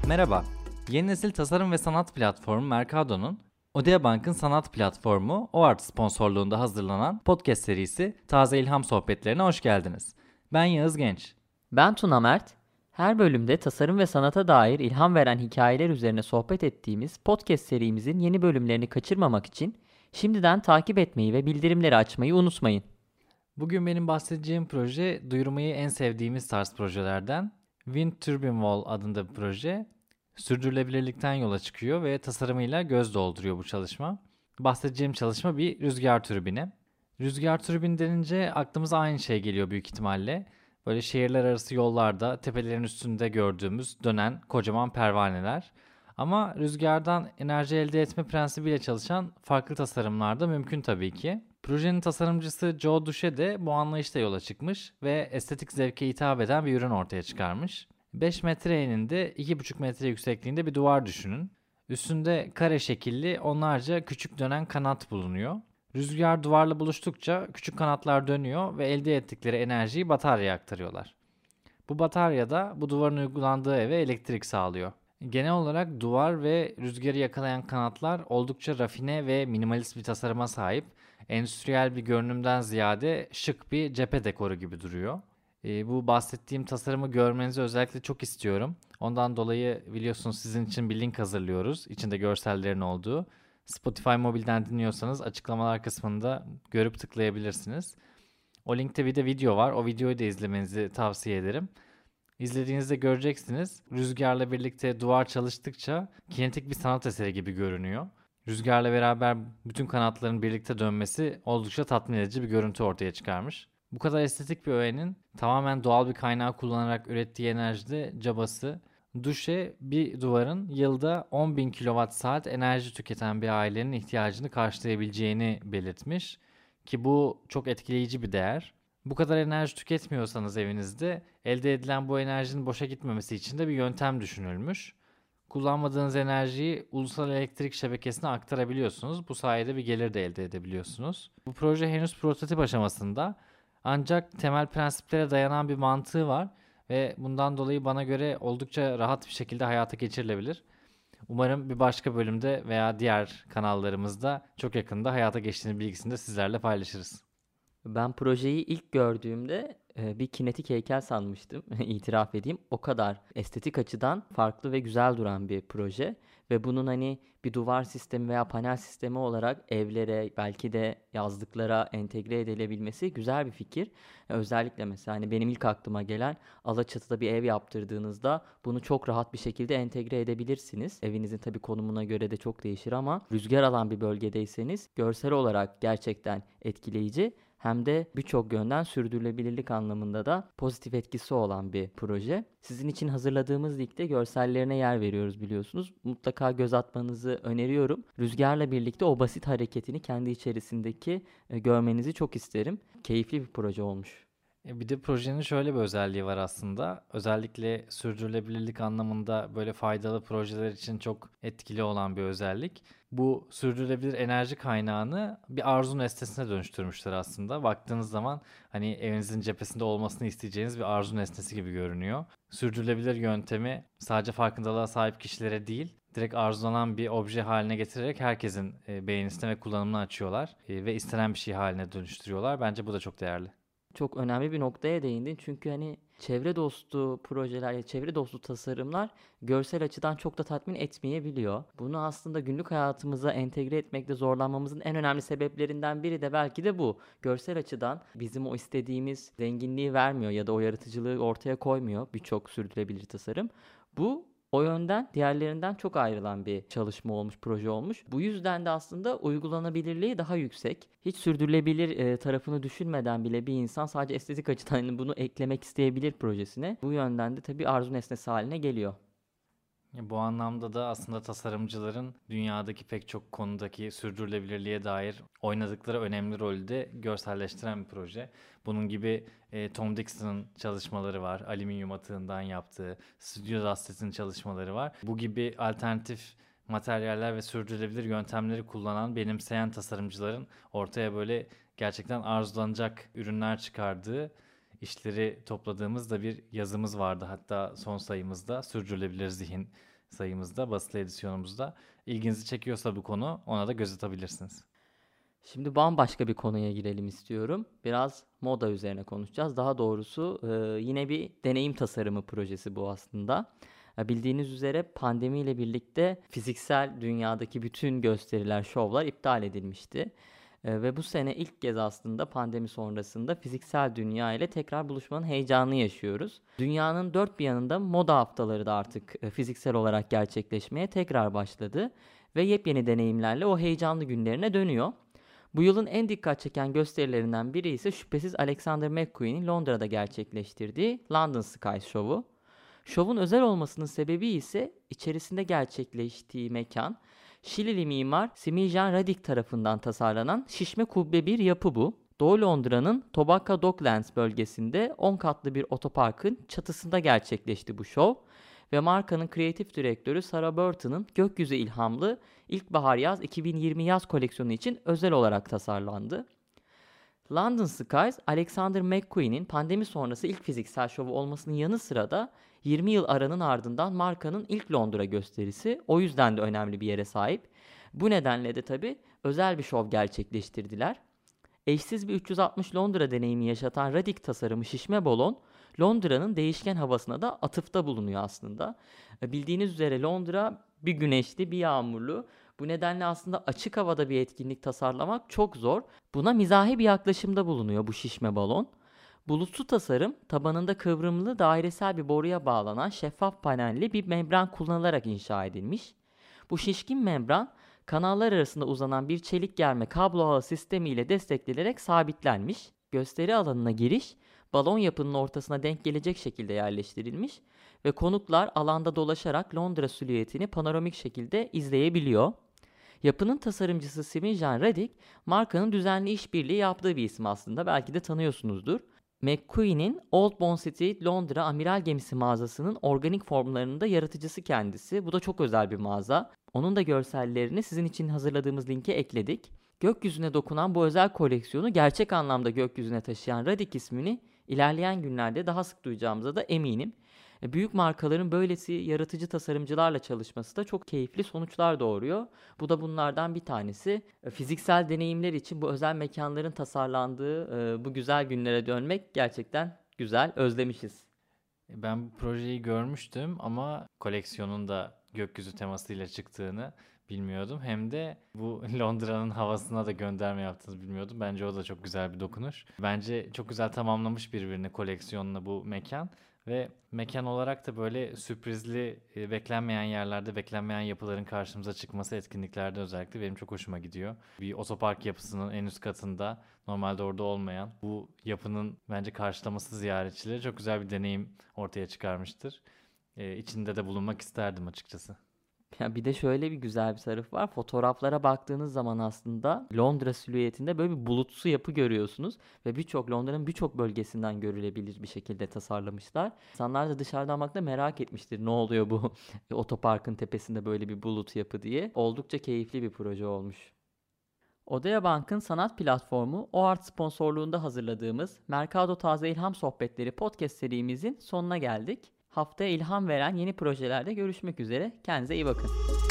Merhaba, yeni nesil tasarım ve sanat platformu Mercado'nun Odeabank'ın sanat platformu OART sponsorluğunda hazırlanan podcast serisi Taze İlham Sohbetlerine hoş geldiniz. Ben Yağız Genç. Ben Tuna Mert. Her bölümde tasarım ve sanata dair ilham veren hikayeler üzerine sohbet ettiğimiz podcast serimizin yeni bölümlerini kaçırmamak için şimdiden takip etmeyi ve bildirimleri açmayı unutmayın. Bugün benim bahsedeceğim proje duyurmayı en sevdiğimiz tarz projelerden. Wind Turbine Wall adında bir proje. Sürdürülebilirlikten yola çıkıyor ve tasarımıyla göz dolduruyor bu çalışma. Bahsedeceğim çalışma bir rüzgar türbini. Rüzgar türbini denince aklımıza aynı şey geliyor büyük ihtimalle. Böyle şehirler arası yollarda tepelerin üstünde gördüğümüz dönen kocaman pervaneler. Ama rüzgardan enerji elde etme prensibiyle çalışan farklı tasarımlar da mümkün tabii ki. Projenin tasarımcısı Joe Dusche de bu anlayışla yola çıkmış ve estetik zevke hitap eden bir ürün ortaya çıkarmış. 5 metre eninde 2,5 metre yüksekliğinde bir duvar düşünün. Üstünde kare şekilli onlarca küçük dönen kanat bulunuyor. Rüzgar duvarla buluştukça küçük kanatlar dönüyor ve elde ettikleri enerjiyi bataryaya aktarıyorlar. Bu batarya da bu duvarın uygulandığı eve elektrik sağlıyor. Genel olarak duvar ve rüzgarı yakalayan kanatlar oldukça rafine ve minimalist bir tasarıma sahip. Endüstriyel bir görünümden ziyade şık bir cephe dekoru gibi duruyor. Bu bahsettiğim tasarımı görmenizi özellikle çok istiyorum. Ondan dolayı biliyorsunuz sizin için bir link hazırlıyoruz. İçinde görsellerin olduğu. Spotify mobilden dinliyorsanız açıklamalar kısmında görüp tıklayabilirsiniz. O linkte bir de video var. O videoyu da izlemenizi tavsiye ederim. İzlediğinizde göreceksiniz. Rüzgarla birlikte duvar çalıştıkça kinetik bir sanat eseri gibi görünüyor. Rüzgarla beraber bütün kanatların birlikte dönmesi oldukça tatmin edici bir görüntü ortaya çıkarmış. Bu kadar estetik bir öğenin tamamen doğal bir kaynağı kullanarak ürettiği enerjide cabası, Duşe bir duvarın yılda 10.000 kWh enerji tüketen bir ailenin ihtiyacını karşılayabileceğini belirtmiş ki bu çok etkileyici bir değer. Bu kadar enerji tüketmiyorsanız evinizde elde edilen bu enerjinin boşa gitmemesi için de bir yöntem düşünülmüş. Kullanmadığınız enerjiyi ulusal elektrik şebekesine aktarabiliyorsunuz. Bu sayede bir gelir de elde edebiliyorsunuz. Bu proje henüz prototip aşamasında ancak temel prensiplere dayanan bir mantığı var ve bundan dolayı bana göre oldukça rahat bir şekilde hayata geçirilebilir. Umarım bir başka bölümde veya diğer kanallarımızda çok yakında hayata geçtiğini bilgisini de sizlerle paylaşırız. Ben projeyi ilk gördüğümde bir kinetik heykel sanmıştım, itiraf edeyim. O kadar estetik açıdan farklı ve güzel duran bir proje. Ve bunun hani bir duvar sistemi veya panel sistemi olarak evlere, belki de yazlıklara entegre edilebilmesi güzel bir fikir. Özellikle mesela hani benim ilk aklıma gelen, Alaçatı'da bir ev yaptırdığınızda bunu çok rahat bir şekilde entegre edebilirsiniz. Evinizin tabii konumuna göre de çok değişir ama rüzgar alan bir bölgedeyseniz görsel olarak gerçekten etkileyici, hem de birçok yönden sürdürülebilirlik anlamında da pozitif etkisi olan bir proje. Sizin için hazırladığımız linkte görsellerine yer veriyoruz biliyorsunuz. Mutlaka göz atmanızı öneriyorum. Rüzgarla birlikte o basit hareketini kendi içerisindeki görmenizi çok isterim. Keyifli bir proje olmuş. Bir de projenin şöyle bir özelliği var aslında. Özellikle sürdürülebilirlik anlamında böyle faydalı projeler için çok etkili olan bir özellik. Bu sürdürülebilir enerji kaynağını bir arzu nesnesine dönüştürmüşler aslında. Baktığınız zaman hani evinizin cephesinde olmasını isteyeceğiniz bir arzu nesnesi gibi görünüyor. Sürdürülebilir yöntemi sadece farkındalığa sahip kişilere değil, direkt arzulanan bir obje haline getirerek herkesin beğenisine ve kullanımına açıyorlar ve istenen bir şey haline dönüştürüyorlar. Bence bu da çok değerli. Çok önemli bir noktaya değindin. Çünkü hani çevre dostu projeler ya çevre dostu tasarımlar görsel açıdan çok da tatmin etmeyebiliyor. Bunu aslında günlük hayatımıza entegre etmekte zorlanmamızın en önemli sebeplerinden biri de belki de bu. Görsel açıdan bizim o istediğimiz zenginliği vermiyor ya da o yaratıcılığı ortaya koymuyor birçok sürdürülebilir tasarım. Bu o yönden diğerlerinden çok ayrılan bir çalışma olmuş, proje olmuş. Bu yüzden de aslında uygulanabilirliği daha yüksek. Hiç sürdürülebilir tarafını düşünmeden bile bir insan sadece estetik açıdan hani bunu eklemek isteyebilir projesine. Bu yönden de tabii arzu nesnesi haline geliyor. Bu anlamda da aslında tasarımcıların dünyadaki pek çok konudaki sürdürülebilirliğe dair oynadıkları önemli rolü de görselleştiren bir proje. Bunun gibi Tom Dixon'ın çalışmaları var. Alüminyum atığından yaptığı, Studio Dastet'in çalışmaları var. Bu gibi alternatif materyaller ve sürdürülebilir yöntemleri kullanan, benimseyen tasarımcıların ortaya böyle gerçekten arzulanacak ürünler çıkardığı işleri topladığımız da bir yazımız vardı. Hatta son sayımızda Sürdürülebilir Zihin sayımızda, basılı edisyonumuzda. İlginizi çekiyorsa bu konu, ona da göz atabilirsiniz. Şimdi bambaşka bir konuya girelim istiyorum. Biraz moda üzerine konuşacağız. Daha doğrusu yine bir deneyim tasarımı projesi bu aslında. Bildiğiniz üzere pandemiyle birlikte fiziksel dünyadaki bütün gösteriler, şovlar iptal edilmişti. Ve bu sene ilk kez aslında pandemi sonrasında fiziksel dünya ile tekrar buluşmanın heyecanını yaşıyoruz. Dünyanın dört bir yanında moda haftaları da artık fiziksel olarak gerçekleşmeye tekrar başladı. Ve yepyeni deneyimlerle o heyecanlı günlerine dönüyor. Bu yılın en dikkat çeken gösterilerinden biri ise şüphesiz Alexander McQueen'in Londra'da gerçekleştirdiği London Skies şovu. Şovun özel olmasının sebebi ise içerisinde gerçekleştiği mekan, Şilili mimar Simijan Radic tarafından tasarlanan şişme kubbe bir yapı bu. Doğu Londra'nın Tobacco Docklands bölgesinde 10 katlı bir otoparkın çatısında gerçekleşti bu şov ve markanın kreatif direktörü Sarah Burton'ın gökyüzü ilhamlı İlkbahar Yaz 2020 yaz koleksiyonu için özel olarak tasarlandı. London Skies, Alexander McQueen'in pandemi sonrası ilk fiziksel şovu olmasının yanı sıra da 20 yıl aranın ardından markanın ilk Londra gösterisi, o yüzden de önemli bir yere sahip. Bu nedenle de tabii özel bir şov gerçekleştirdiler. Eşsiz bir 360 Londra deneyimi yaşatan Radic tasarımı şişme balon, Londra'nın değişken havasına da atıfta bulunuyor aslında. Bildiğiniz üzere Londra bir güneşli, bir yağmurlu. Bu nedenle aslında açık havada bir etkinlik tasarlamak çok zor. Buna mizahi bir yaklaşımda bulunuyor bu şişme balon. Bulutsu tasarım, tabanında kıvrımlı dairesel bir boruya bağlanan şeffaf panelli bir membran kullanılarak inşa edilmiş. Bu şişkin membran, kanallar arasında uzanan bir çelik germe kablo ağı sistemi ile desteklenerek sabitlenmiş. Gösteri alanına giriş, balon yapının ortasına denk gelecek şekilde yerleştirilmiş ve konuklar alanda dolaşarak Londra silüetini panoramik şekilde izleyebiliyor. Yapının tasarımcısı Simijan Radic, markanın düzenli işbirliği yaptığı bir isim aslında. Belki de tanıyorsunuzdur. McQueen'in Old Bond Street Londra amiral gemisi mağazasının organik formlarının da yaratıcısı kendisi. Bu da çok özel bir mağaza. Onun da görsellerini sizin için hazırladığımız linke ekledik. Gökyüzüne dokunan bu özel koleksiyonu gerçek anlamda gökyüzüne taşıyan Radic ismini ilerleyen günlerde daha sık duyacağımıza da eminim. Büyük markaların böylesi yaratıcı tasarımcılarla çalışması da çok keyifli sonuçlar doğuruyor. Bu da bunlardan bir tanesi. Fiziksel deneyimler için bu özel mekanların tasarlandığı bu güzel günlere dönmek gerçekten güzel. Özlemişiz. Ben bu projeyi görmüştüm ama koleksiyonun da gökyüzü temasıyla çıktığını bilmiyordum. Hem de bu Londra'nın havasına da gönderme yaptığınızı bilmiyordum. Bence o da çok güzel bir dokunuş. Bence çok güzel tamamlamış birbirini koleksiyonla bu mekan. Ve mekan olarak da böyle sürprizli, beklenmeyen yerlerde, beklenmeyen yapıların karşımıza çıkması etkinliklerde özellikle benim çok hoşuma gidiyor. Bir otopark yapısının en üst katında normalde orada olmayan bu yapının bence karşılaması ziyaretçileri çok güzel bir deneyim ortaya çıkarmıştır. İçinde de bulunmak isterdim açıkçası. Ya bir de şöyle bir güzel bir tarafı var. Fotoğraflara baktığınız zaman aslında Londra silüetinde böyle bir bulutsu yapı görüyorsunuz ve Londra'nın birçok bölgesinden görülebilir bir şekilde tasarlamışlar. İnsanlar da dışarıdan bakta merak etmiştir ne oluyor bu otoparkın tepesinde böyle bir bulut yapı diye. Oldukça keyifli bir proje olmuş. Odea Bank'ın sanat platformu OART sponsorluğunda hazırladığımız Mercado Taze İlham Sohbetleri podcast serimizin sonuna geldik. Haftaya ilham veren yeni projelerde görüşmek üzere. Kendinize iyi bakın.